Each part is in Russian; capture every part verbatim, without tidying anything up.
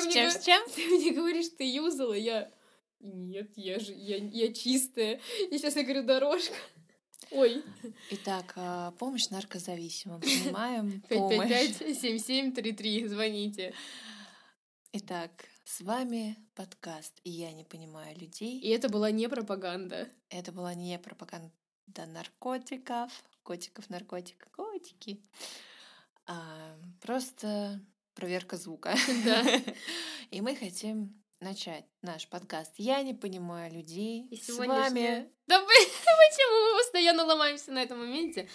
С мне чем, говор- с чем? Ты мне говоришь, ты юзала, я... Нет, я же, я, я чистая. И сейчас я говорю, дорожка. Ой. Итак, а, помощь наркозависимым. Принимаем пять пять помощь. пять семь семь три три, звоните. Итак, с вами подкаст «И я не понимаю людей». И это была не пропаганда. Это была не пропаганда наркотиков, котиков, наркотик, котики. А, просто проверка звука. Да. И мы хотим начать наш подкаст «Я не понимаю людей». И С сегодняшняя... вами... Да вы- почему мы постоянно ломаемся на этом моменте?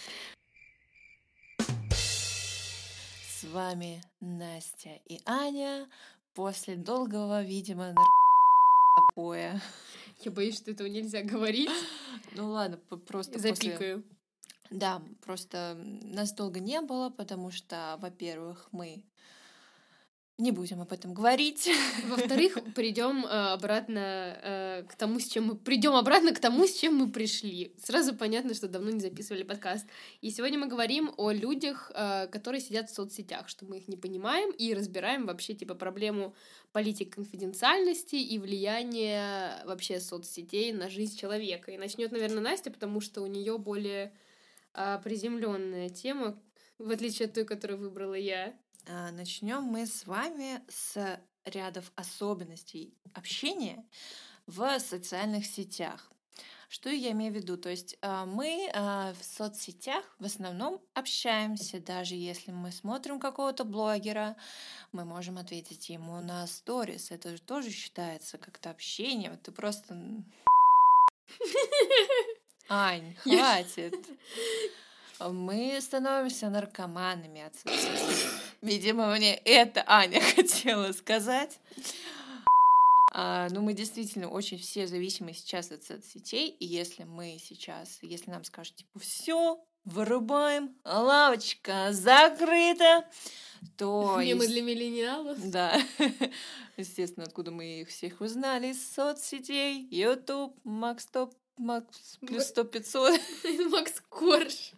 С вами Настя и Аня после долгого, видимо, наркопоя. Я боюсь, что этого нельзя говорить. Ну ладно, п- просто после... Запикаю. Да, просто нас долго не было, потому что, во-первых, мы не будем об этом говорить. Во-вторых, придем обратно э, к тому, с чем мы придем обратно к тому, с чем мы пришли. Сразу понятно, что давно не записывали подкаст. И сегодня мы говорим о людях, э, которые сидят в соцсетях, что мы их не понимаем и разбираем вообще типа проблему политик конфиденциальности и влияния вообще соцсетей на жизнь человека. И начнет, наверное, Настя, потому что у нее более э, приземленная тема, в отличие от той, которую выбрала я. Начнем мы с вами с рядов особенностей общения в социальных сетях. Что я имею в виду? То есть мы в соцсетях в основном общаемся, даже если мы смотрим какого-то блогера, мы можем ответить ему на сторис. Это же тоже считается как-то общение. Вот ты просто... Ань, хватит. Мы становимся наркоманами от соцсетей. Видимо, мне это Аня хотела сказать. А, ну, мы действительно очень все зависимы сейчас от соцсетей. И если мы сейчас, если нам скажут, типа, все, вырубаем, лавочка закрыта, то... Мемы есть... для миллениалов. Да. Естественно, откуда мы их всех узнали? Из соцсетей, YouTube, Макс Топ, Макс плюс сто пятьсот. Макс Корж.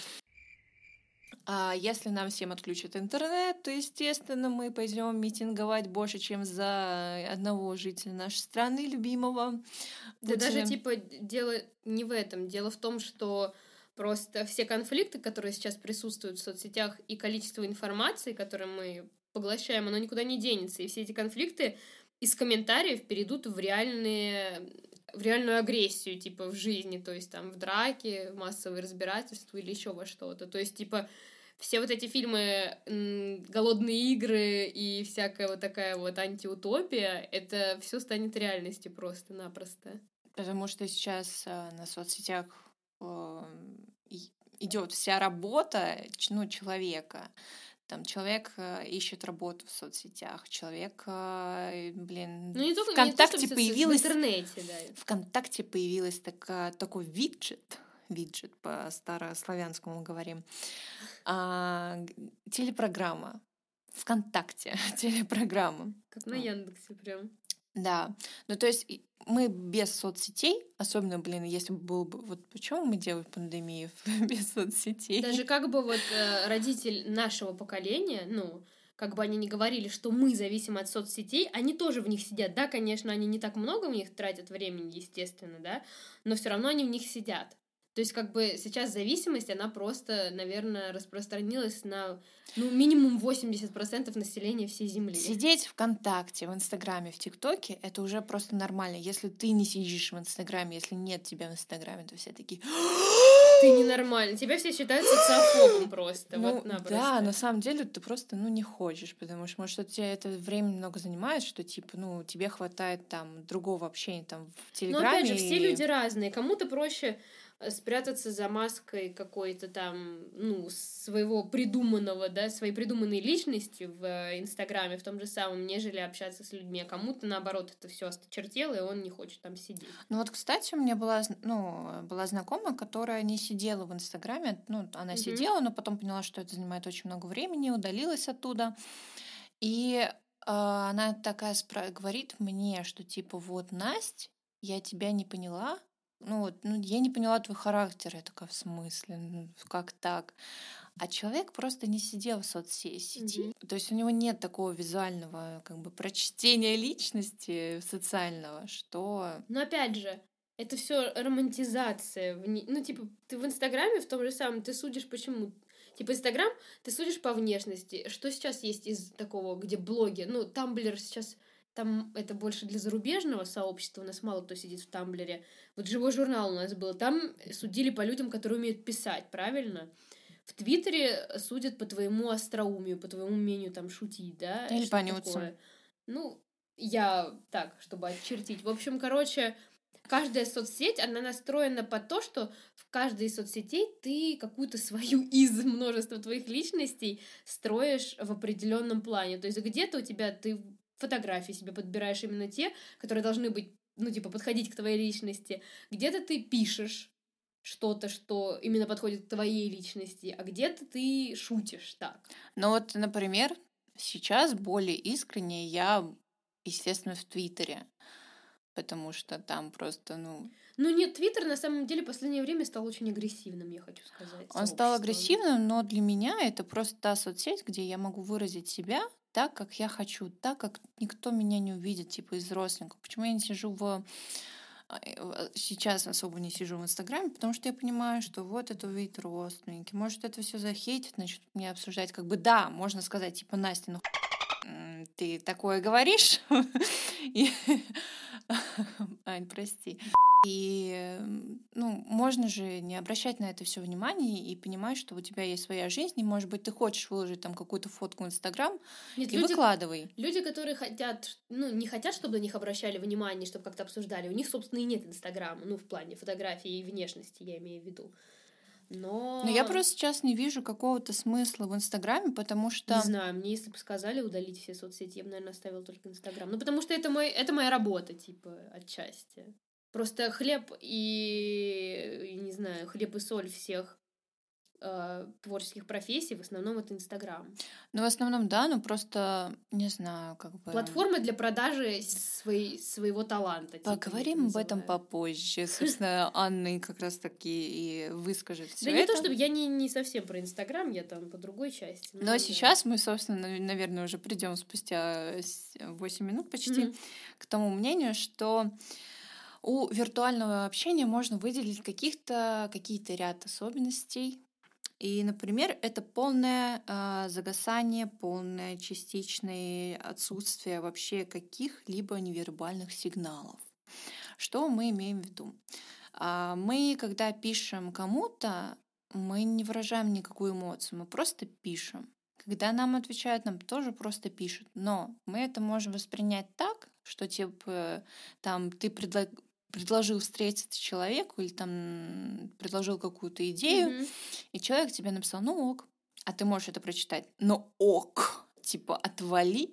А если нам всем отключат интернет, то, естественно, мы пойдем митинговать больше, чем за одного жителя нашей страны любимого. Да Путина. даже, типа, дело не в этом. Дело в том, что просто все конфликты, которые сейчас присутствуют в соцсетях, и количество информации, которую мы поглощаем, оно никуда не денется. И все эти конфликты из комментариев перейдут в реальные... в реальную агрессию, типа, в жизни, то есть там в драке, в массовые разбирательства или еще во что-то. То есть, типа, все вот эти фильмы «Голодные игры» и всякая вот такая вот антиутопия, это все станет реальностью просто-напросто. Потому что сейчас на соцсетях идет вся работа ну, человека. Там человек ищет работу в соцсетях, человек, блин, ну, не только, ВКонтакте не то, появилась... В интернете, да. ВКонтакте появилась такая, такой виджет, виджет по старославянскому говорим, а, телепрограмма. ВКонтакте телепрограмма. Как на Яндексе прям. Да, ну то есть мы без соцсетей, особенно, блин, если бы был бы... Вот почему мы делаем пандемию без соцсетей? Даже как бы вот э, родитель нашего поколения, ну, как бы они ни говорили, что мы зависим от соцсетей, они тоже в них сидят. Да, конечно, они не так много в них тратят времени, естественно, да, но все равно они в них сидят. То есть, как бы сейчас зависимость, она просто, наверное, распространилась на, ну, минимум восемьдесят процентов населения всей Земли. Сидеть ВКонтакте, в Инстаграме, в ТикТоке — это уже просто нормально. Если ты не сидишь в Инстаграме, если нет тебя в Инстаграме, то все такие... Ты ненормальный. Тебя все считают социофобом просто. Ну, вот напросто. Да, на самом деле ты просто, ну, не хочешь, потому что, может, у тебя это время много занимает, что, типа, ну, тебе хватает там другого общения там в Телеграме. Но, опять же, все и... люди разные. Кому-то проще спрятаться за маской какой-то там, ну, своего придуманного, да, своей придуманной личности в Инстаграме, в том же самом, нежели общаться с людьми. А кому-то, наоборот, это все осточертело, и он не хочет там сидеть. Ну вот, кстати, у меня была, ну, была знакомая, которая не сидела в Инстаграме. Ну, она Мгм. сидела, но потом поняла, что это занимает очень много времени, удалилась оттуда. И э, она такая спра- говорит мне, что типа, вот, Насть, я тебя не поняла. Ну вот, ну, я не поняла твой характер. Я такая, в смысле? Ну, как так? А человек просто не сидел в соцсети. Мгм. То есть у него нет такого визуального как бы прочтения личности социального, что... Но опять же, это все романтизация. в не- Ну, типа, ты в Инстаграме в том же самом, ты судишь почему? Типа, Инстаграм, ты судишь по внешности. Что сейчас есть из такого, где блоги? Ну, Тамблер сейчас, там это больше для зарубежного сообщества, у нас мало кто сидит в Тамблере. Вот живой журнал у нас был, там судили по людям, которые умеют писать, правильно? В Твиттере судят по твоему остроумию, по твоему умению там шутить, да? Или что по нюцам. такое. Ну, я так, чтобы очертить. В общем, короче, каждая соцсеть, она настроена под то, что в каждой из соцсетей ты какую-то свою из множества твоих личностей строишь в определенном плане. То есть где-то у тебя ты фотографии себе подбираешь именно те, которые должны быть, ну, типа, подходить к твоей личности. Где-то ты пишешь что-то, что именно подходит к твоей личности, а где-то ты шутишь так. Ну вот, например, сейчас более искренне я, естественно, в Твиттере, потому что там просто, ну... Ну нет, Твиттер на самом деле в последнее время стал очень агрессивным, я хочу сказать. Он стал сообществом. агрессивным, но для меня это просто та соцсеть, где я могу выразить себя так, как я хочу, так, как никто меня не увидит, типа из родственников. Почему я не сижу в... а, э, в- Сейчас особо не сижу в Инстаграме, потому что я понимаю, что вот это увидят родственники. Может, это все захейтят, начнут меня обсуждать. Как бы да, можно сказать, типа, Настя, ну м, ты такое говоришь? И- Ань, прости. И, м, ну, можно же не обращать на это все внимание и понимать, что у тебя есть своя жизнь, и, может быть, ты хочешь выложить там какую-то фотку в Инстаграм, Нет, и люди, выкладывай. люди, которые хотят, ну, не хотят, чтобы на них обращали внимание, чтобы как-то обсуждали, у них, собственно, и нет Инстаграма, ну, в плане фотографии и внешности, я имею в виду. Но... Но я просто сейчас не вижу какого-то смысла в Инстаграме, потому Не что... знаю, мне если бы сказали удалить все соцсети, я бы, наверное, оставила только Инстаграм. Ну, потому что это, мой, это моя работа, типа, отчасти. Просто хлеб и, и, не знаю, хлеб и соль всех э, творческих профессий в основном это Инстаграм. Ну, в основном, да, но просто, не знаю, как бы... Платформа для продажи своей, своего таланта. Типа, я это Поговорим об этом называю. попозже. Собственно, Анна как раз таки и выскажет все Да не это. то, чтобы я не, не совсем про Инстаграм, я там по другой части. Но да. сейчас мы, собственно, нав- наверное, уже придем спустя с- восемь минут почти Мгм. к тому мнению, что у виртуального общения можно выделить каких-то, какие-то ряд особенностей. И, например, это полное а, загасание, полное частичное отсутствие вообще каких-либо невербальных сигналов. Что мы имеем в виду? А, Мы, когда пишем кому-то, мы не выражаем никакую эмоцию, мы просто пишем. Когда нам отвечают, нам тоже просто пишут. Но мы это можем воспринять так, что типа там ты предло- предложил встретиться человеку или там предложил какую-то идею, Мгм. и человек тебе написал, ну ок, а ты можешь это прочитать, ну ок, типа отвали,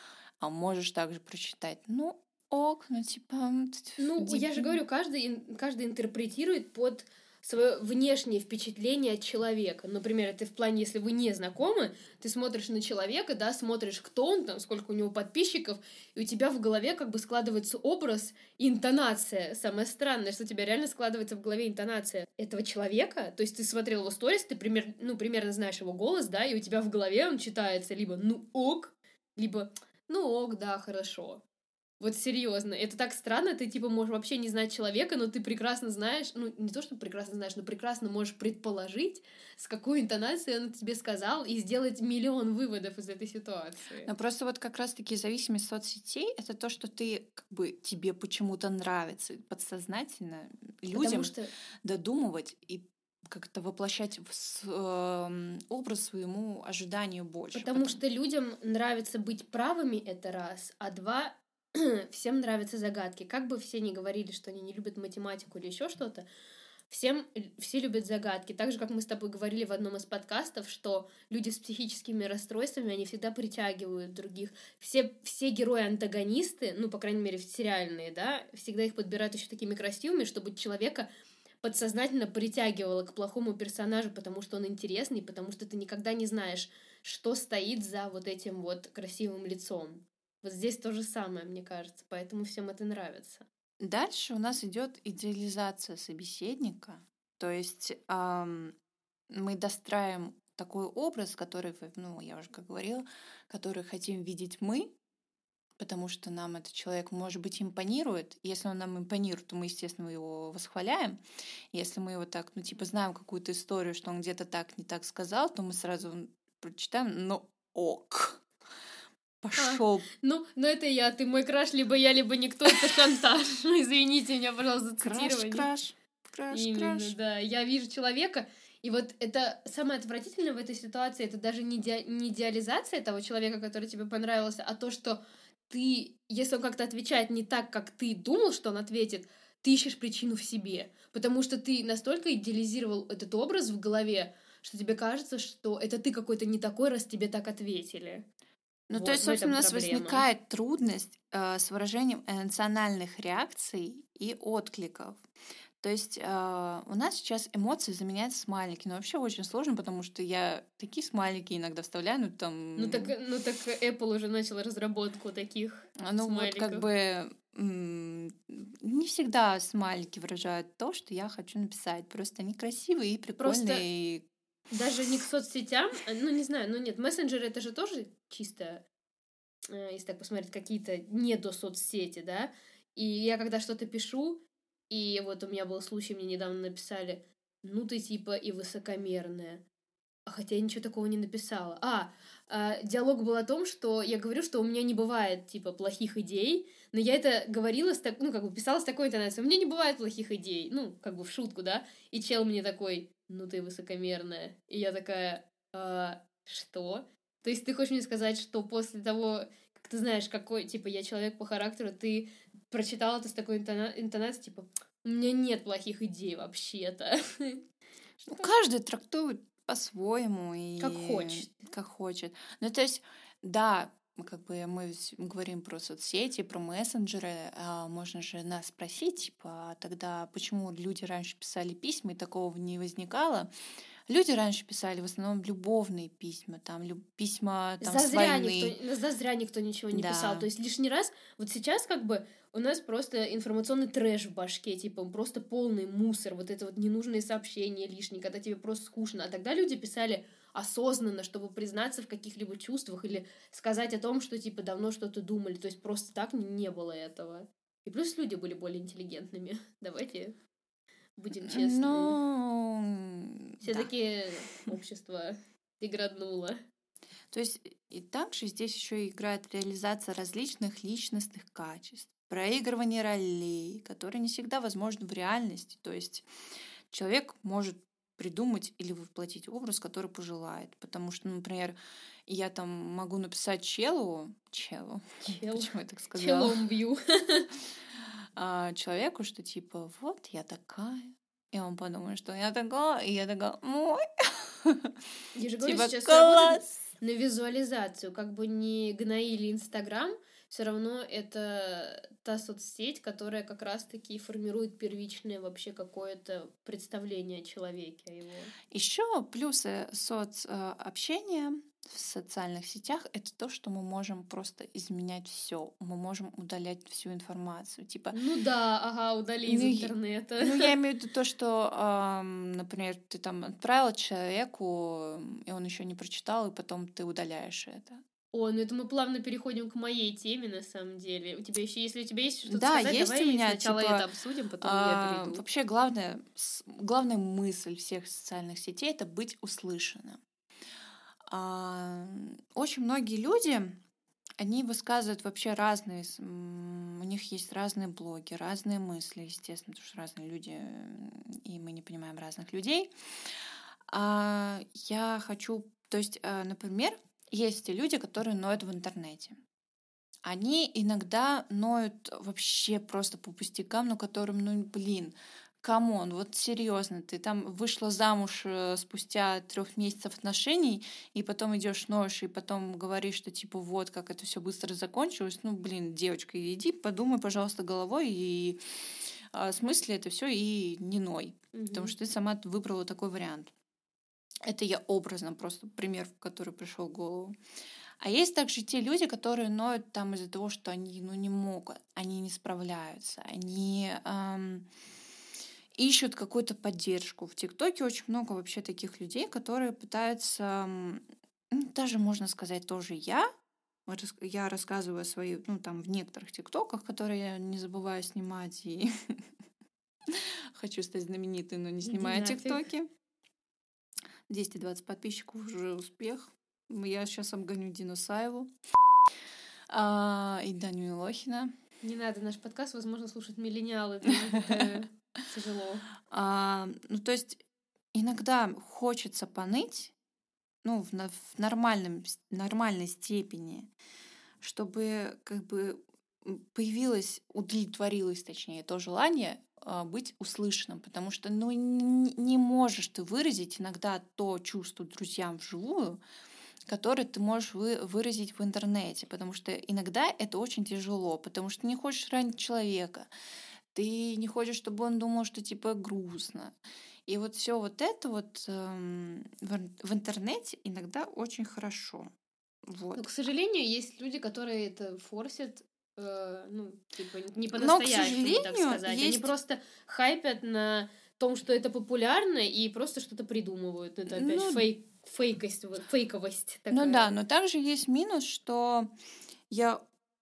а можешь также прочитать, ну ок, ну типа м, т- Ну, я же дебил. говорю, каждый, ин- каждый интерпретирует под свое внешнее впечатление от человека. Например, это в плане, если вы не знакомы, ты смотришь на человека, да, смотришь, кто он там, сколько у него подписчиков, и у тебя в голове как бы складывается образ и интонация. Самое странное, что у тебя реально складывается в голове интонация этого человека. То есть ты смотрел его сторис, ты пример, ну, примерно знаешь его голос, да, и у тебя в голове он читается либо «ну ок», либо «ну ок, да, хорошо». Вот серьезно, это так странно, ты типа можешь вообще не знать человека, но ты прекрасно знаешь, ну не то, что прекрасно знаешь, но прекрасно можешь предположить, с какой интонацией он тебе сказал, и сделать миллион выводов из этой ситуации. Но просто вот как раз-таки зависимость соцсетей — это то, что ты как бы тебе почему-то нравится подсознательно людям Потому что, додумывать и как-то воплощать в с- эм, образ своему ожиданию больше. потому Потом- что людям нравится быть правыми, это раз, а два, всем нравятся загадки. Как бы все ни говорили, что они не любят математику или еще что-то, Всем, все любят загадки. Так же, как мы с тобой говорили в одном из подкастов, что люди с психическими расстройствами, они всегда притягивают других. Все, все герои-антагонисты, ну, по крайней мере, сериальные, да, всегда их подбирают еще такими красивыми, чтобы человека подсознательно притягивало к плохому персонажу, потому что он интересный, потому что ты никогда не знаешь, что стоит за вот этим вот красивым лицом. Вот здесь то же самое, мне кажется, поэтому всем это нравится. Дальше у нас идет идеализация собеседника, то есть ам, мы достраиваем такой образ, который, ну, я уже как говорила, который хотим видеть мы, потому что нам этот человек, может быть, импонирует. Если он нам импонирует, то мы, естественно, его восхваляем. Если мы его так, ну, типа, знаем какую-то историю, что он где-то так, не так сказал, то мы сразу прочитаем, ну, ок. Пошел. А, ну, ну, это я, ты мой краш, либо я, либо никто, это шантаж. Извините меня, пожалуйста, за цитирование. Краш, краш, Именно, краш. да. Я вижу человека, и вот это самое отвратительное в этой ситуации, это даже не, иде... не идеализация того человека, который тебе понравился, а то, что ты, если он как-то отвечает не так, как ты думал, что он ответит, ты ищешь причину в себе, потому что ты настолько идеализировал этот образ в голове, что тебе кажется, что это ты какой-то не такой, раз тебе так ответили. Ну, Вот, то есть, в этом собственно, у нас проблема. возникает трудность э, с выражением эмоциональных реакций и откликов. То есть э, у нас сейчас эмоции заменяют смайлики. Но вообще очень сложно, потому что я такие смайлики иногда вставляю, ну там... Ну так, ну так Apple уже начал разработку таких Ну смайликов. вот как бы м, не всегда смайлики выражают то, что я хочу написать. Просто они красивые и прикольные. Просто даже не к соцсетям, ну не знаю, ну нет, мессенджеры это же тоже чисто, э, если так посмотреть, какие-то не до соцсети, да, и я когда что-то пишу, и вот у меня был случай, мне недавно написали, ну ты типа и высокомерная. А хотя я ничего такого не написала. А, а, диалог был о том, что я говорю, что у меня не бывает, типа, плохих идей, но я это говорила, с так, ну, как бы писала с такой интонацией. У меня не бывает плохих идей, ну, как бы в шутку, да? И чел мне такой, ну, ты высокомерная. И я такая, а, что? То есть ты хочешь мне сказать, что после того, как ты знаешь, какой, типа, я человек по характеру, ты прочитала это с такой интона- интонацией, типа, у меня нет плохих идей вообще-то. Ну, каждый трактует по-своему и Как хочет. как хочет. Ну, то есть, да, мы как бы мы с- говорим про соцсети, про мессенджеры, а можно же нас спросить, типа, а тогда почему люди раньше писали письма и такого не возникало? Люди раньше писали в основном любовные письма, там люб- письма там с Зазря войны. никто, зазря никто ничего не писал. Да. То есть лишний раз, вот сейчас как бы у нас просто информационный трэш в башке, типа просто полный мусор, вот это вот ненужные сообщения лишние, когда тебе просто скучно. А тогда люди писали осознанно, чтобы признаться в каких-либо чувствах или сказать о том, что типа давно что-то думали. То есть просто так не было этого. И плюс люди были более интеллигентными. Давайте будем честными. Ну, да. Все-таки общество деграднуло. То есть и также здесь еще играет реализация различных личностных качеств, проигрывание ролей, которые не всегда возможны в реальности. То есть человек может придумать или воплотить образ, который пожелает. Потому что, например, я там могу написать челу, челу, Чел. почему я так сказала? Челом бью. А, человеку, что типа, вот я такая. И он подумает, что я такая, и я такая, ой. Я же говорю, Типа, сейчас всё работает класс. на визуализацию. Как бы не гноили Инстаграм, все равно это та соцсеть, которая как раз-таки формирует первичное вообще какое-то представление о человеке, о его. Еще плюсы соцобщения в социальных сетях — это то, что мы можем просто изменять все, мы можем удалять всю информацию, типа. Ну да, ага, удали из Ну, и- интернета. Ну, я имею в виду то, что, ам, например, ты там отправила человеку, и он еще не прочитал, и потом ты удаляешь это. О, ну это мы плавно переходим к моей теме, на самом деле. У тебя еще, если у тебя есть что-то Да, сказать, есть давай у меня, сначала типа, это обсудим, потом я а, перейду. вообще главное, с- главная мысль всех социальных сетей — это быть услышанным. А, Очень многие люди, они высказывают вообще разные, с- м, у них есть разные блоги, разные мысли, естественно, потому что разные люди, м, и мы не понимаем разных людей. А, Я хочу, то есть, а, например, есть те люди, которые ноют в интернете. Они иногда ноют вообще просто по пустякам, но которым, ну, блин, камон, вот серьезно, ты там вышла замуж э, спустя трех месяцев отношений, и потом идешь ноешь, и потом говоришь, что типа вот как это все быстро закончилось. Ну, блин, девочка, иди, подумай, пожалуйста, головой и а, смысле это все и не ной, потому Мгм. что ты сама выбрала такой вариант. Это я образно, просто пример, который пришел в голову. А есть также те люди, которые ноют там из-за того, что они ну, не могут, они не справляются, они ам, ищут какую-то поддержку. В ТикТоке очень много вообще таких людей, которые пытаются, м, ну, даже можно сказать, тоже я. Вот рас- Я рассказываю свои, ну, там, в некоторых ТикТоках, которые я не забываю снимать, и хочу стать знаменитой, но не Иди снимаю нафиг. ТикТоки. двести двадцать подписчиков уже успех. Я сейчас обгоню Дину Саеву а, и Даню Милохина. Не надо, наш подкаст, возможно, слушать миллениалы, для них это тяжело. А, ну, то есть иногда хочется поныть, ну, в, на- в нормальном, с- нормальной степени, чтобы как бы м, появилось, удовлетворилось, точнее, то желание а, быть услышанным, потому что, ну, н- не можешь ты выразить иногда то чувство друзьям вживую, которое ты можешь вы- выразить в интернете, потому что иногда это очень тяжело, потому что не хочешь ранить человека, ты не хочешь, чтобы он думал, что типа грустно. И вот все вот это вот эм, в, ин- в интернете иногда очень хорошо. Но, к Вот. сожалению, есть люди, которые это форсят, э, ну, типа, не Но, к по-настоящему, так сожалению, сказать. Они есть, просто хайпят на том, что это популярно, и просто что-то придумывают. Это опять ну, фейк, фейкость, вот, фейковость ну да, такая. но также есть минус, что я,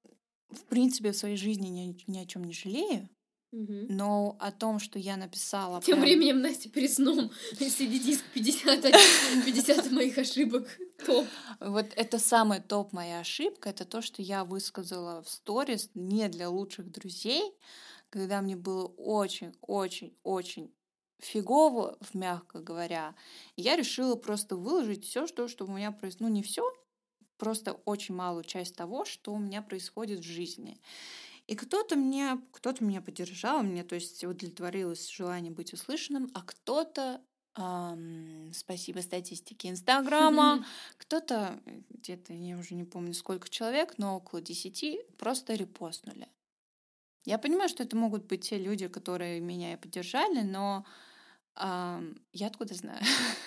в принципе, в своей жизни ни, ни о чем не жалею, Мгм. но о том, что я написала Тем прям. временем Настя перед сном си ди-диск пятьдесят один, пятьдесят моих ошибок. Топ. Вот это самый топ моя ошибка, это то, что я высказала в сторис не для лучших друзей, когда мне было очень-очень-очень фигово, в мягко говоря. И я решила просто выложить все, что, что у меня происходит. Ну, не все, просто очень малую часть того, что у меня происходит в жизни. И кто-то мне, кто-то меня поддержал, мне, то есть, удовлетворилось желание быть услышанным, а кто-то, ам, спасибо статистике Инстаграма, кто-то, э, где-то, я уже не помню, сколько человек, но около десяти просто репостнули. Я понимаю, что это могут быть те люди, которые меня и поддержали, но ам, я откуда знаю?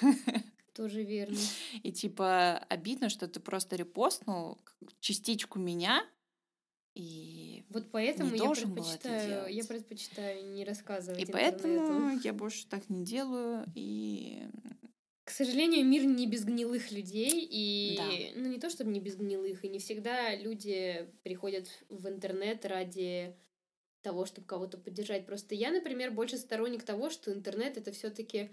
Тоже верно. И типа обидно, что ты просто репостнул частичку меня и Вот не поэтому я должен был это предпочитаю, я делать. предпочитаю не И рассказывать интернету. поэтому я больше так не делаю. И К сожалению, мир не без гнилых людей, да, и, ну, не то чтобы не без гнилых, и не всегда люди приходят в интернет ради того, чтобы кого-то поддержать. Просто я, например, больше сторонник того, что интернет — это все таки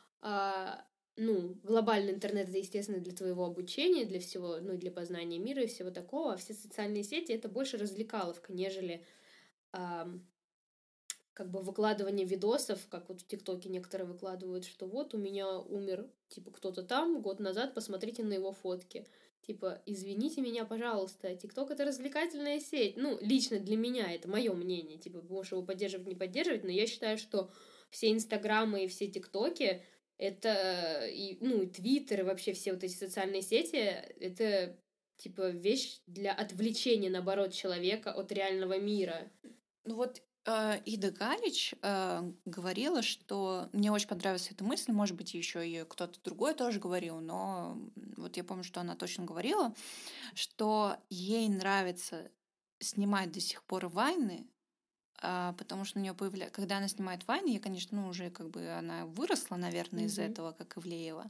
ну, глобальный интернет — это, естественно, для твоего обучения, для всего, ну, для познания мира и всего такого, а все социальные сети — это больше развлекаловка, нежели ам, как бы выкладывание видосов, как вот в ТикТоке некоторые выкладывают, что вот у меня умер, типа, кто-то там год назад, посмотрите на его фотки. Типа, извините меня, пожалуйста, ТикТок — это развлекательная сеть. Ну, лично для меня, это мое мнение. Типа, можешь его поддерживать, не поддерживать, но я считаю, что все Инстаграмы и все ТикТоки — это, и, ну, и Твиттер, и вообще все вот эти социальные сети — это, типа, вещь для отвлечения, наоборот, человека от реального мира. ну вот э, Ида Галич э, говорила, что мне очень понравилась эта мысль, может быть, еще и кто-то другой тоже говорил, но м, вот я помню, что она точно говорила, что ей нравится снимать до сих пор вайны, а, потому что у нее появляется, когда она снимает вайны, я, конечно, ну, уже как бы она выросла, наверное, из Мгм. этого, как Ивлеева.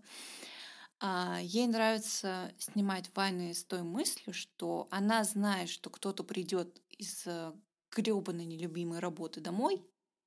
А, ей нравится снимать вайны с той мыслью, что она знает, что кто-то придет из гребаной нелюбимой работы домой,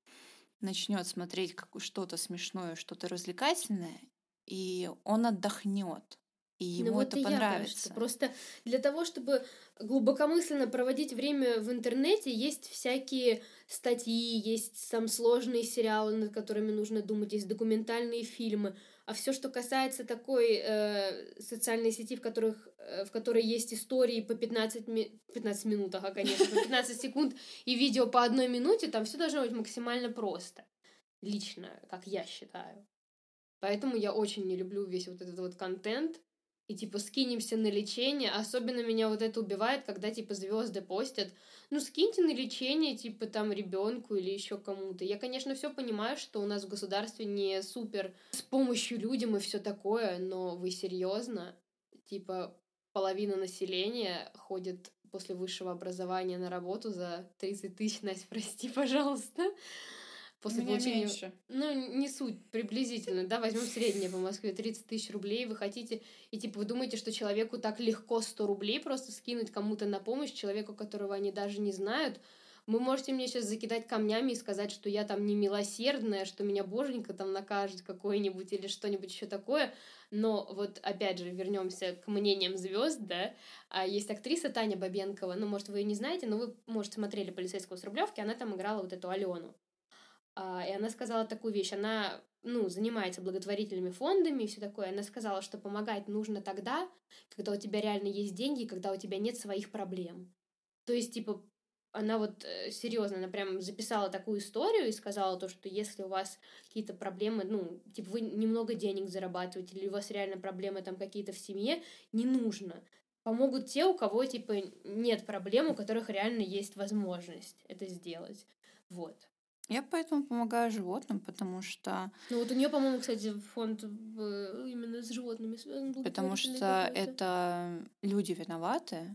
начнет смотреть как что-то смешное, что-то развлекательное, и он отдохнет, и Ну ему вот это и я так что. понравится. Просто для того, чтобы глубокомысленно проводить время в интернете, есть всякие статьи, есть сам сложные сериалы, над которыми нужно думать, есть документальные фильмы. А все, что касается такой э, социальной сети, в, которых, э, в которой есть истории по пятнадцать, ми- пятнадцать минут, ага, конечно, по пятнадцать секунд и видео по одной минуте, там все должно быть максимально просто. Лично, как я считаю. Поэтому я очень не люблю весь вот этот вот контент. И типа скинемся на лечение. Особенно меня вот это убивает, когда типа звезды постят. Ну, скиньте на лечение, типа там ребенку или еще кому-то. Я, конечно, все понимаю, что у нас в государстве не супер с помощью людям и все такое, но вы серьезно? Типа половина населения ходит после высшего образования на работу за тридцать тысяч, Настя, прости, пожалуйста. после получения... Меньше. Ну, не суть, приблизительно, да, возьмем среднее по Москве, тридцать тысяч рублей, вы хотите, и типа вы думаете, что человеку так легко сто рублей просто скинуть кому-то на помощь, человеку, которого они даже не знают. Вы можете мне сейчас закидать камнями и сказать, что я там не милосердная, что меня боженька там накажет какой-нибудь или что-нибудь еще такое, но вот опять же вернемся к мнениям звезд, да, есть актриса Таня Бабенкова, ну, может, вы ее не знаете, но вы, может, смотрели «Полицейского с Рублевки», она там играла вот эту Алену, и она сказала такую вещь, она, ну, занимается благотворительными фондами и все такое, она сказала, что помогать нужно тогда, когда у тебя реально есть деньги, когда у тебя нет своих проблем, то есть, типа, она вот э, серьезно, она прям записала такую историю и сказала то, что если у вас какие-то проблемы, ну, типа вы немного денег зарабатываете, или у вас реально проблемы там какие-то в семье, не нужно. Помогут те, у кого, типа, нет проблем, у которых реально есть возможность это сделать. Вот. Я поэтому помогаю животным, потому что... Ну вот у нее, по-моему, кстати, фонд именно с животными связан. Потому что это люди виноваты,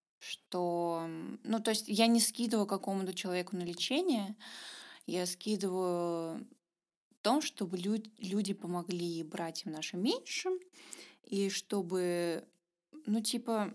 что, ну, то есть я не скидываю какому-то человеку на лечение, я скидываю в том, чтобы лю- люди помогли братьям нашим меньшим, и чтобы, ну, типа,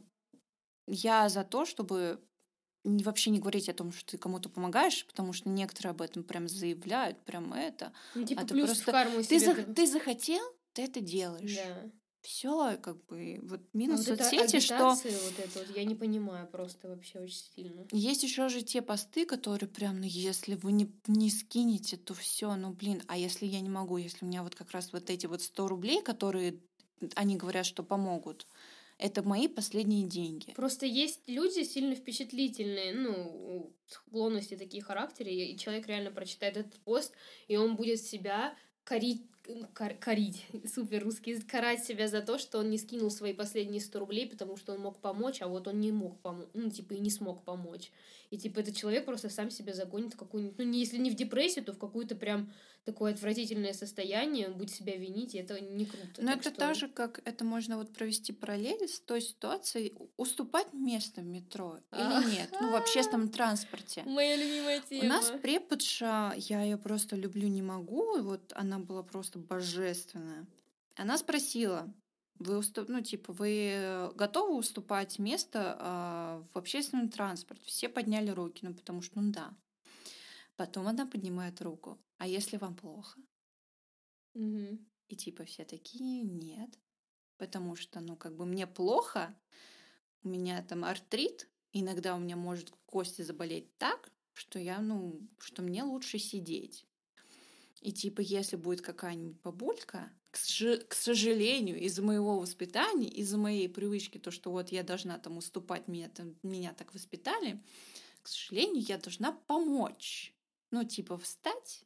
я за то, чтобы не, вообще не говорить о том, что ты кому-то помогаешь, потому что некоторые об этом прям заявляют, прям это. Ну, типа, а ты плюс просто... в карму ты, себе... за... ты захотел, ты это делаешь. Да. Все, как бы, вот минус а вот соцсети, что... вот это вот, я не понимаю просто вообще очень сильно. Есть еще же те посты, которые прям, ну, если вы не, не скинете, то все, ну, блин, а если я не могу, если у меня вот как раз вот эти вот сто рублей, которые они говорят, что помогут, это мои последние деньги. Просто есть люди сильно впечатлительные, ну, склонности такие характеры, и человек реально прочитает этот пост, и он будет себя корить, кор- корить, супер русский, карать себя за то, что он не скинул свои последние сто рублей, потому что он мог помочь, а вот он не мог помочь, ну, типа, и не смог помочь. И, типа, этот человек просто сам себя загонит в какую-нибудь, ну, если не в депрессию, то в какую-то прям такое отвратительное состояние, он будет себя винить, и это не круто. Но это что... так же, как это можно вот провести параллель с той ситуацией, уступать место в метро или нет, ну, в общественном транспорте. Моя любимая тема. У нас преподша, я ее просто люблю, не могу, вот она была просто божественная. Она спросила, вы уступ... ну, типа, вы готовы уступать место а, в общественном транспорте? Все подняли руки, ну, потому что, ну, да. Потом она поднимает руку. А если вам плохо? Угу. И типа все такие, нет. Потому что, ну, как бы мне плохо, у меня там артрит, иногда у меня может кости заболеть так, что я, ну, что мне лучше сидеть. И типа, если будет какая-нибудь бабулька, к, сж- к сожалению, из-за моего воспитания, из-за моей привычки, то, что вот я должна там уступать, меня, там, меня так воспитали, к сожалению, я должна помочь. Ну, типа, встать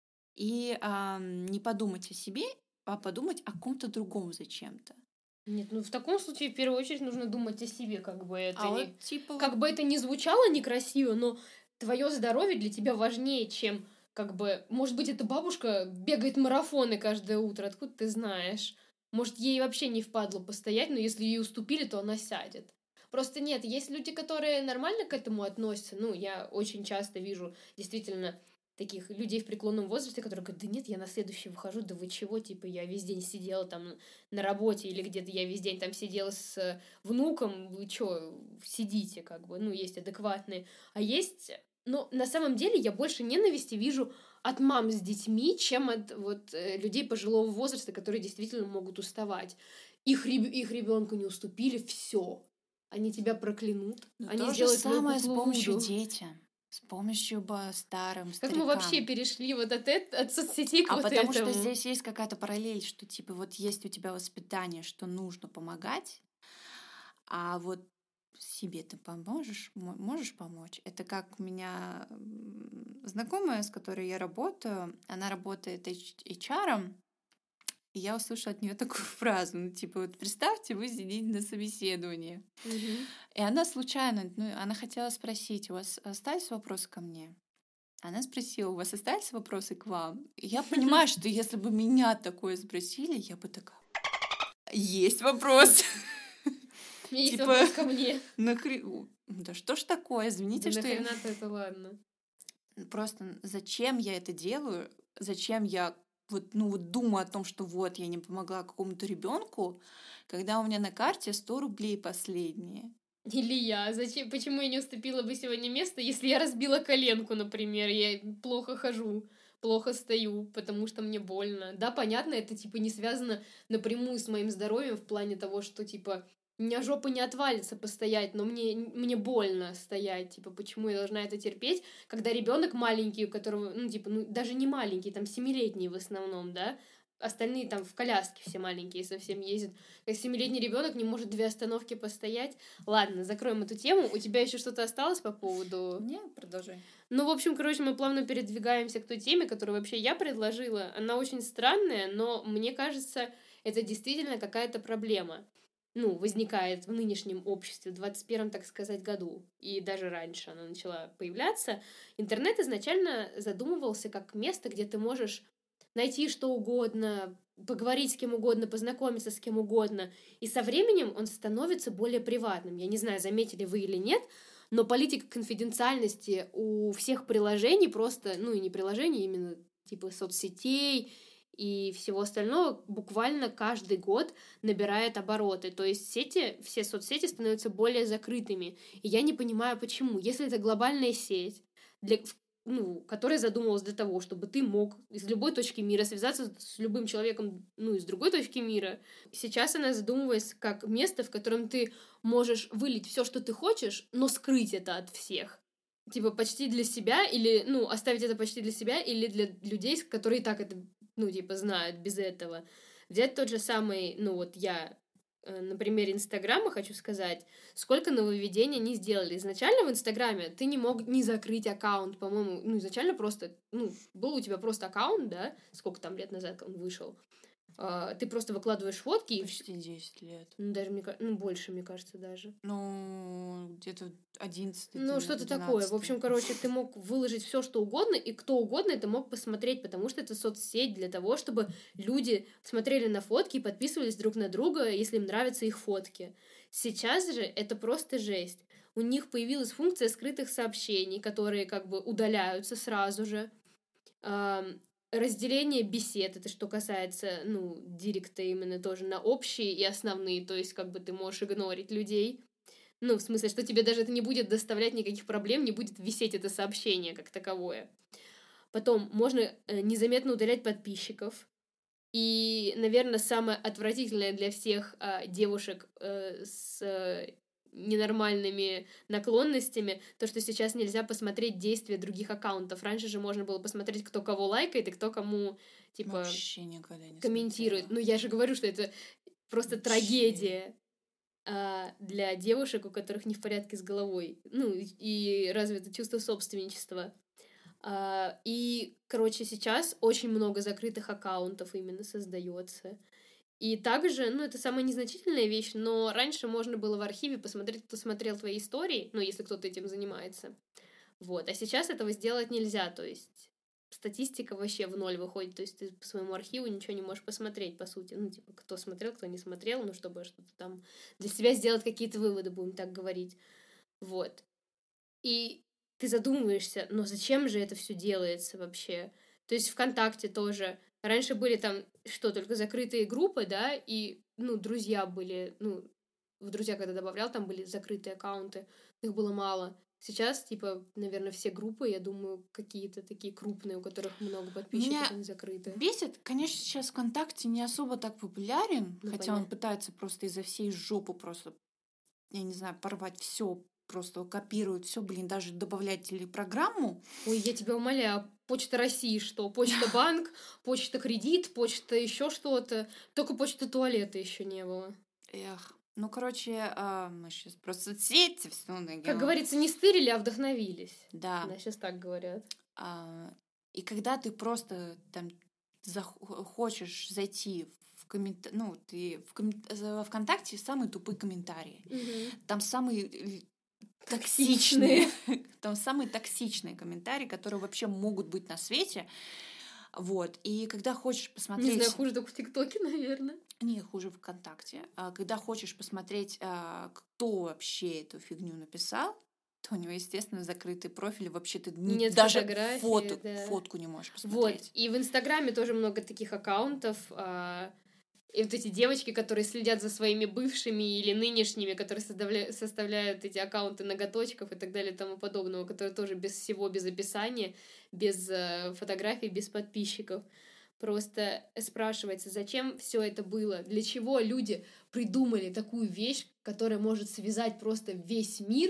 и а, не подумать о себе, а подумать о ком-то другом зачем-то. Нет, ну в таком случае в первую очередь нужно думать о себе, как бы это а не, вот, типа... как бы это ни звучало некрасиво, но твое здоровье для тебя важнее, чем как бы, может быть, эта бабушка бегает марафоны каждое утро, откуда ты знаешь? Может, ей вообще не впадло постоять, но если ей уступили, то она сядет. Просто нет, есть люди, которые нормально к этому относятся. Ну, я очень часто вижу действительно таких людей в преклонном возрасте, которые говорят, да нет, я на следующий выхожу, да вы чего, типа, я весь день сидела там на работе или где-то я весь день там сидела с внуком, вы чё, сидите, как бы, ну, есть адекватные. А есть, ну, на самом деле я больше ненависти вижу от мам с детьми, чем от вот людей пожилого возраста, которые действительно могут уставать. Их, реб... их ребенку не уступили, все. Они тебя проклянут. Но они то сделают же самое с помощью Вуду. детям. С помощью старым Как старикам. мы вообще перешли вот от, это, от соцсетей к а вот потому этому? что здесь есть какая-то параллель, что типа вот есть у тебя воспитание, что нужно помогать, а вот себе ты поможешь, можешь помочь. Это как у меня знакомая, с которой я работаю, она работает эйч ар, и я услышала от нее такую фразу, ну типа вот представьте, вы сидите на собеседовании, угу. и она случайно, ну она хотела спросить, у вас остались вопросы ко мне? Она спросила, у вас остались вопросы к вам? И я понимаю, что если бы меня такое спросили, я бы такая, есть вопрос. Есть вопрос ко мне. Да что ж такое, извините, да что я... нахрена-то это ладно. просто зачем я это делаю, зачем я вот, ну, вот думаю о том, что вот я не помогла какому-то ребенку, когда у меня на карте сто рублей последние. Или я. Зачем? Почему я не уступила бы сегодня место, если я разбила коленку, например, я плохо хожу, плохо стою, потому что мне больно. Да, понятно, это типа не связано напрямую с моим здоровьем в плане того, что типа у меня жопа не отвалится постоять, но мне, мне больно стоять, типа, почему я должна это терпеть, когда ребенок маленький, у которого, ну, типа, ну, даже не маленький, там, семилетний в основном, да, остальные там в коляске все маленькие совсем ездят. Как семилетний ребенок не может две остановки постоять. Ладно, закроем эту тему. У тебя еще что-то осталось по поводу? Не, продолжай. Ну, в общем, короче, мы плавно передвигаемся к той теме, которую вообще я предложила. Она очень странная, но мне кажется, это действительно какая-то проблема. Ну, возникает в нынешнем обществе, в двадцать первом, так сказать, году. И даже раньше она начала появляться. Интернет изначально задумывался как место, где ты можешь найти что угодно, поговорить с кем угодно, познакомиться с кем угодно. И со временем он становится более приватным. Я не знаю, заметили вы или нет, но политика конфиденциальности у всех приложений просто, ну и не приложений, именно типа соцсетей и всего остального буквально каждый год набирает обороты. То есть сети, все соцсети становятся более закрытыми. И я не понимаю, почему. Если это глобальная сеть, для, ну, которая задумывалась для того, чтобы ты мог из любой точки мира связаться с любым человеком, ну, из другой точки мира. Сейчас она задумывается как место, в котором ты можешь вылить все, что ты хочешь, но скрыть это от всех. Типа почти для себя, или, ну, оставить это почти для себя, или для людей, которые и так это, ну, типа, знают без этого. Взять тот же самый, ну, вот я... На примере Инстаграма хочу сказать, сколько нововведений они сделали. Изначально в Инстаграме ты не мог не закрыть аккаунт, по-моему, ну, изначально просто, ну, был у тебя просто аккаунт, да, сколько там лет назад он вышел, а, ты просто выкладываешь фотки. Почти десять лет. Ну, даже, мне, ну, больше, мне кажется, даже. Ну, где-то одиннадцать. Ну, что-то такое. В общем, короче, ты мог выложить все, что угодно, и кто угодно это мог посмотреть, потому что это соцсеть для того, чтобы люди смотрели на фотки и подписывались друг на друга, если им нравятся их фотки. Сейчас же это просто жесть. У них появилась функция скрытых сообщений, которые как бы удаляются сразу же. Разделение бесед, это что касается, ну, директа именно тоже на общие и основные, то есть как бы ты можешь игнорить людей. Ну, в смысле, что тебе даже это не будет доставлять никаких проблем, не будет висеть это сообщение как таковое. Потом можно незаметно удалять подписчиков. И, наверное, самое отвратительное для всех а, девушек а, с а, ненормальными наклонностями, то, что сейчас нельзя посмотреть действия других аккаунтов. Раньше же можно было посмотреть, кто кого лайкает и кто кому, типа, вообще никогда не комментирует. смотрела. Ну, я же говорю, что это просто вообще трагедия а, для девушек, у которых не в порядке с головой. Ну, и развито чувство собственничества. Uh, и, короче, сейчас очень много закрытых аккаунтов именно создается. И также, ну, это самая незначительная вещь, но раньше можно было в архиве посмотреть, кто смотрел твои истории, ну, если кто-то этим занимается. Вот. А сейчас этого сделать нельзя, то есть статистика вообще в ноль выходит, то есть ты по своему архиву ничего не можешь посмотреть, по сути. Ну, типа, кто смотрел, кто не смотрел, ну, чтобы что-то там для себя сделать какие-то выводы, будем так говорить. Вот. И ты задумываешься, но зачем же это все делается вообще? То есть ВКонтакте тоже. Раньше были там, что, только закрытые группы, да, и, ну, друзья были, ну, в друзья, когда добавлял, там были закрытые аккаунты, их было мало. Сейчас, типа, наверное, все группы, я думаю, какие-то такие крупные, у которых много подписчиков, Меня они закрыты. Бесит, конечно, сейчас ВКонтакте не особо так популярен, Ну, хотя понятно. он пытается просто изо всей жопы просто, я не знаю, порвать все, просто копирует все, блин, даже добавлять телепрограмму. Ой, я тебя умоляю, Почта России что? Почта Банк, Почта Кредит, Почта еще что-то. Только Почта Туалета еще не было. Эх, ну, короче, а, мы сейчас про соцсети все нагибаем. Как говорится, не стырили, а вдохновились. Да. Да, сейчас так говорят. А, и когда ты просто там захочешь зайти в коммент... ну, ты в ком... во ВКонтакте самые тупые комментарии. Угу. Там самые токсичные. Там самые токсичные комментарии, которые вообще могут быть на свете. Вот. И когда хочешь посмотреть... Не знаю, хуже только в ТикТоке, наверное. Не, хуже в ВКонтакте. А когда хочешь посмотреть, кто вообще эту фигню написал, то у него, естественно, закрытый профиль. Вообще ты не, Нет даже фотографий, фото, да. фотку не можешь Вот. посмотреть. И в Инстаграме тоже много таких аккаунтов. а, И вот эти девочки, которые следят за своими бывшими или нынешними, которые составля- составляют эти аккаунты ноготочков и так далее и тому подобного, которые тоже без всего, без описания, без э, фотографий, без подписчиков. Просто спрашивается, зачем все это было? Для чего люди придумали такую вещь, которая может связать просто весь мир,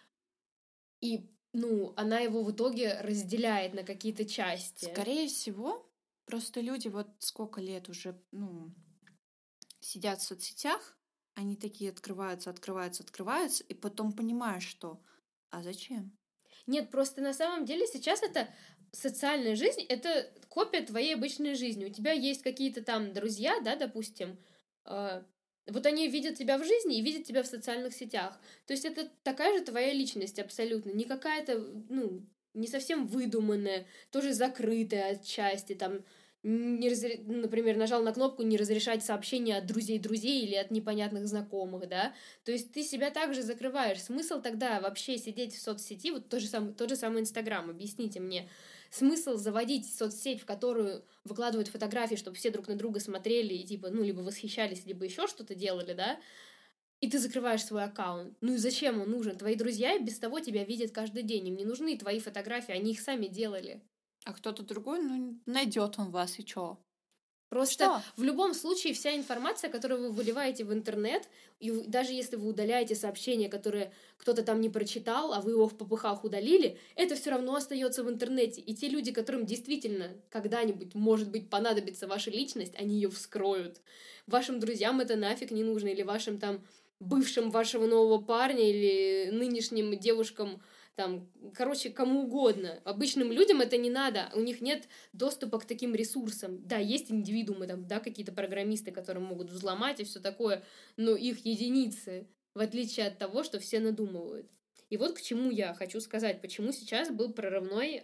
и, ну, она его в итоге разделяет на какие-то части? Скорее всего, просто люди вот сколько лет уже, ну, сидят в соцсетях, они такие открываются, открываются, открываются, и потом понимаешь, что а зачем? Нет, просто на самом деле сейчас это социальная жизнь, это копия твоей обычной жизни. У тебя есть какие-то там друзья, да, допустим, э, вот они видят тебя в жизни и видят тебя в социальных сетях. То есть это такая же твоя личность абсолютно, не какая-то, ну, не совсем выдуманная, тоже закрытая отчасти, там, не разре... например, нажал на кнопку «Не разрешать сообщения от друзей-друзей» или от непонятных знакомых, да, то есть ты себя также закрываешь. Смысл тогда вообще сидеть в соцсети, вот тот же самый, тот же самый Инстаграм, объясните мне, смысл заводить соцсеть, в которую выкладывают фотографии, чтобы все друг на друга смотрели и типа, ну, либо восхищались, либо еще что-то делали, да, и ты закрываешь свой аккаунт. Ну и зачем он нужен? Твои друзья и без того тебя видят каждый день, им не нужны твои фотографии, они их сами делали. А кто-то другой, ну, найдет он вас, и чё? Просто Что? в любом случае вся информация, которую вы выливаете в интернет, и даже если вы удаляете сообщение, которое кто-то там не прочитал, а вы его в попыхах удалили, это все равно остается в интернете. И те люди, которым действительно когда-нибудь, может быть, понадобится ваша личность, они ее вскроют. Вашим друзьям это нафиг не нужно, или вашим там бывшим вашего нового парня, или нынешним девушкам, там, короче, кому угодно. Обычным людям это не надо, у них нет доступа к таким ресурсам. Да, есть индивидуумы, там, да, какие-то программисты, которые могут взломать и все такое, но их единицы, в отличие от того, что все надумывают. И вот к чему я хочу сказать, почему сейчас был прорывной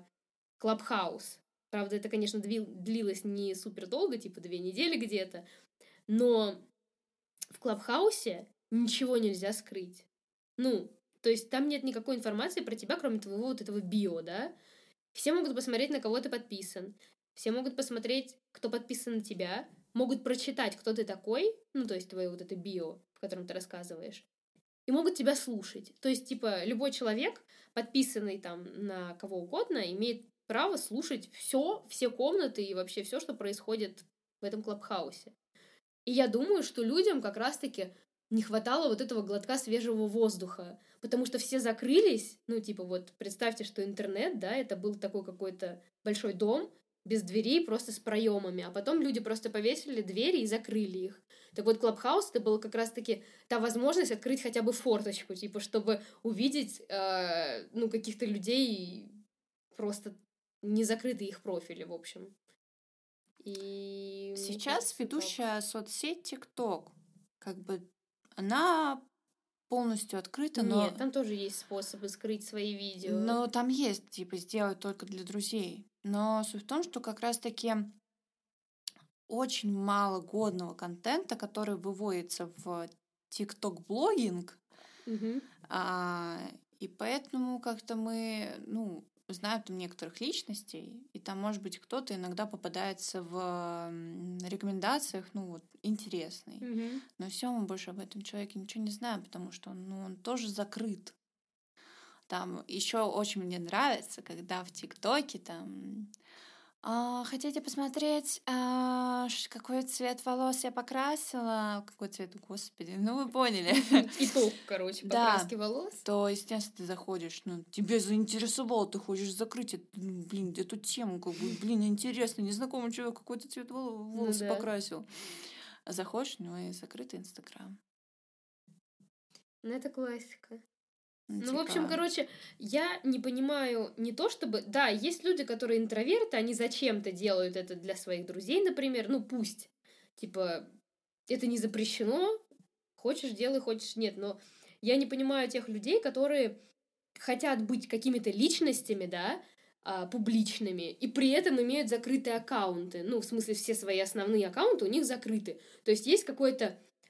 Клабхаус. Правда, это, конечно, длилось не супер долго, типа две недели где-то, но в Клабхаусе ничего нельзя скрыть. Ну, то есть там нет никакой информации про тебя, кроме твоего вот этого био, да? Все могут посмотреть, на кого ты подписан. Все могут посмотреть, кто подписан на тебя. Могут прочитать, кто ты такой, ну, то есть твое вот это био, в котором ты рассказываешь. И могут тебя слушать. То есть, типа, любой человек, подписанный там на кого угодно, имеет право слушать все, все комнаты и вообще все, что происходит в этом клабхаусе. И я думаю, что людям как раз-таки не хватало вот этого глотка свежего воздуха, потому что все закрылись, ну, типа, вот, представьте, что интернет, да, это был такой какой-то большой дом, без дверей, просто с проемами, а потом люди просто повесили двери и закрыли их. Так вот, Клабхаус — это была как раз-таки та возможность открыть хотя бы форточку, типа, чтобы увидеть, э, ну, каких-то людей, просто не закрытые их профили, в общем. И Сейчас кажется, ведущая так. соцсеть ТикТок, как бы она полностью открыта, но... Нет, там тоже есть способы скрыть свои видео. Но там есть, типа, сделать только для друзей. Но суть в том, что как раз-таки очень мало годного контента, который выводится в ТикТок-блогинг, угу. а, и поэтому как-то мы, ну, знаем там некоторых личностей, и там, может быть, кто-то иногда попадается в рекомендациях, ну, вот, интересный. Угу. Но все, мы больше об этом человеке ничего не знаем, потому что ну, он тоже закрыт. Там еще очень мне нравится, когда в ТикТоке там а, хотите посмотреть, а, какой цвет волос я покрасила? Какой цвет, господи, ну вы поняли. Итог, короче, покраски да. волос. То, естественно, ты заходишь, ну, тебе заинтересовало, ты хочешь закрыть эту, блин, эту тему, как бы, блин, интересно, незнакомый человек какой-то цвет волос ну, да. покрасил. Заходишь, ну и закрытый Инстаграм. Ну, это классика. Ну, ну типа... в общем, короче, я не понимаю не то чтобы... Да, есть люди, которые интроверты, они зачем-то делают это для своих друзей, например, ну пусть. Типа, это не запрещено, хочешь делай, хочешь нет, но я не понимаю тех людей, которые хотят быть какими-то личностями, да, а, публичными, и при этом имеют закрытые аккаунты. Ну, в смысле, все свои основные аккаунты у них закрыты. То есть есть какой-то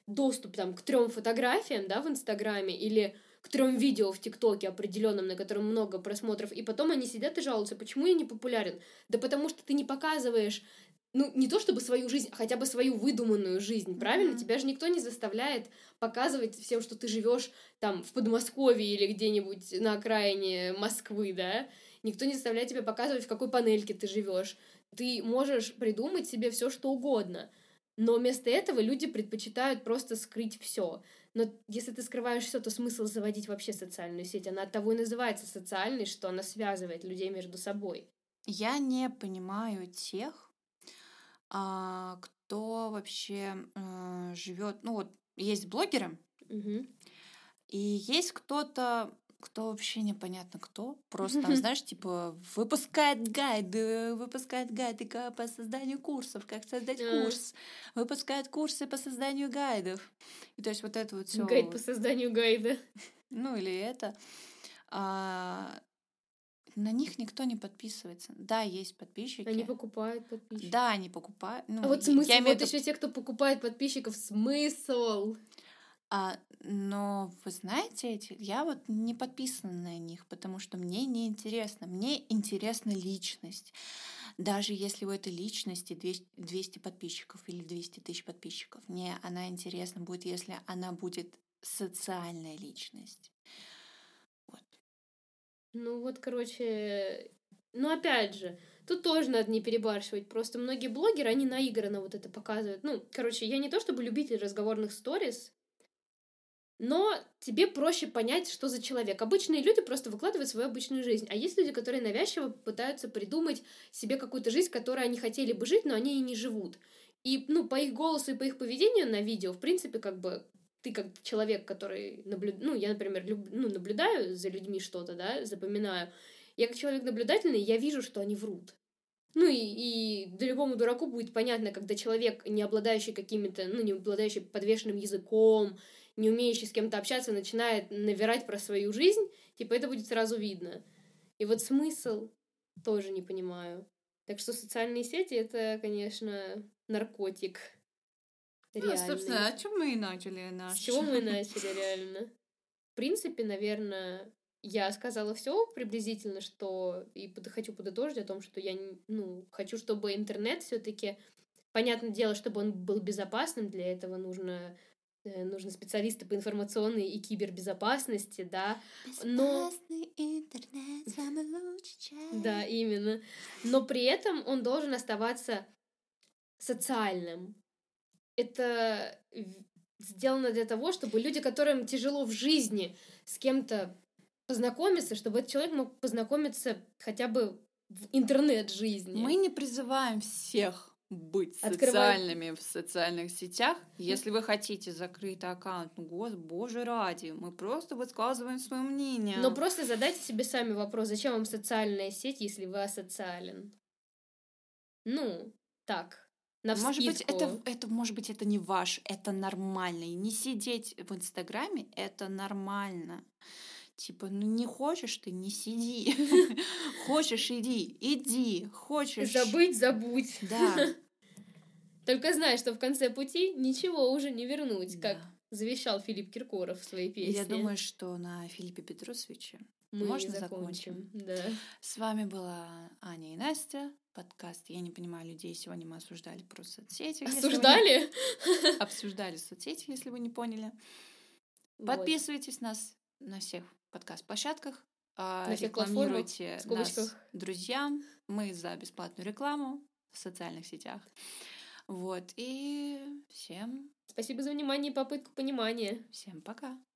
доступ там к трем фотографиям, да, в Инстаграме, или к трем видео в ТикТоке определенном, на котором много просмотров, и потом они сидят и жалуются, почему я не популярен? Да потому что ты не показываешь, ну, не то чтобы свою жизнь, а хотя бы свою выдуманную жизнь, правильно? Mm-hmm. Тебя же никто не заставляет показывать всем, что ты живешь там в Подмосковье или где-нибудь на окраине Москвы, да? Никто не заставляет тебя показывать, в какой панельке ты живешь. Ты можешь придумать себе все, что угодно. Но вместо этого люди предпочитают просто скрыть все. Но если ты скрываешь все, то смысл заводить вообще социальную сеть. Она оттого и называется социальной, что она связывает людей между собой. Я не понимаю тех, а, кто вообще а, живет. Ну вот есть блогеры, угу. и есть кто-то, кто вообще непонятно кто, просто там, знаешь, типа выпускает гайды, выпускает гайды по созданию курсов, как создать А. курс, выпускает курсы по созданию гайдов. И то есть вот это вот все. Гайд по созданию гайда. Ну или это. А, на них никто не подписывается. Да, есть подписчики. Они покупают подписчиков. Да, они покупают. Ну, а вот смысл, я вот еще те, кто покупает подписчиков, смысл. А, но вы знаете, эти, я вот не подписана на них, потому что мне не интересно. Мне интересна личность. Даже если у этой личности двести подписчиков или двести тысяч подписчиков, мне она интересна будет, если она будет социальная личность. Вот. Ну вот, короче, ну опять же, тут тоже надо не перебарщивать. Просто многие блогеры, они наигранно вот это показывают. Ну, короче, я не то чтобы любитель разговорных сторис, но тебе проще понять, что за человек. Обычные люди просто выкладывают свою обычную жизнь. А есть люди, которые навязчиво пытаются придумать себе какую-то жизнь, которой они хотели бы жить, но они и не живут. И, ну, по их голосу и по их поведению на видео, в принципе, как бы ты как человек, который наблюдает... Ну, я, например, люб... ну, наблюдаю за людьми что-то, да, запоминаю. Я как человек наблюдательный, я вижу, что они врут. Ну, и, и да любому дураку будет понятно, когда человек, не обладающий какими-то, ну, не обладающий подвешенным языком, не умеющий с кем-то общаться, начинает навирать про свою жизнь, типа это будет сразу видно. И вот смысл тоже не понимаю. Так что социальные сети — это, конечно, наркотик. Ну, собственно, о чем мы и начали наш. С чего мы начали, реально? В принципе, наверное, я сказала все приблизительно, что и хочу подытожить о том, что я, ну, хочу, чтобы интернет все-таки, понятное дело, чтобы он был безопасным, для этого нужно нужны специалисты по информационной и кибербезопасности, да. Но... Безопасный интернет, самый лучший чай. Да, именно. Но при этом он должен оставаться социальным. Это сделано для того, чтобы люди, которым тяжело в жизни с кем-то познакомиться, чтобы этот человек мог познакомиться хотя бы в интернет-жизни. Мы не призываем всех быть социальными Открывай. В социальных сетях. Если вы хотите закрыть аккаунт, ну, господи, боже ради, мы просто высказываем свое мнение. Но просто задайте себе сами вопрос, зачем вам социальная сеть, если вы асоциален? Ну, так, навскидку. Может быть, это, это, может быть, это не ваш, это нормально. И не сидеть в Инстаграме, это нормально. Типа, ну не хочешь ты, не сиди. Хочешь, иди, иди. Хочешь... Забыть, забудь. Да. Только знай, что в конце пути ничего уже не вернуть, да. Как завещал Филипп Киркоров в своей песне. Я думаю, что на Филиппе Петрусовиче мы можно закончим. закончим. Да. С вами была Аня и Настя. Подкаст «Я не понимаю людей». Сегодня мы осуждали про соцсети. Осуждали? Не... Обсуждали соцсети, если вы не поняли. Вот. Подписывайтесь на нас на всех подкаст-площадках. На всех рекламируйте нас друзьям. Мы за бесплатную рекламу в социальных сетях. Вот. И всем... Спасибо за внимание и попытку понимания. Всем пока.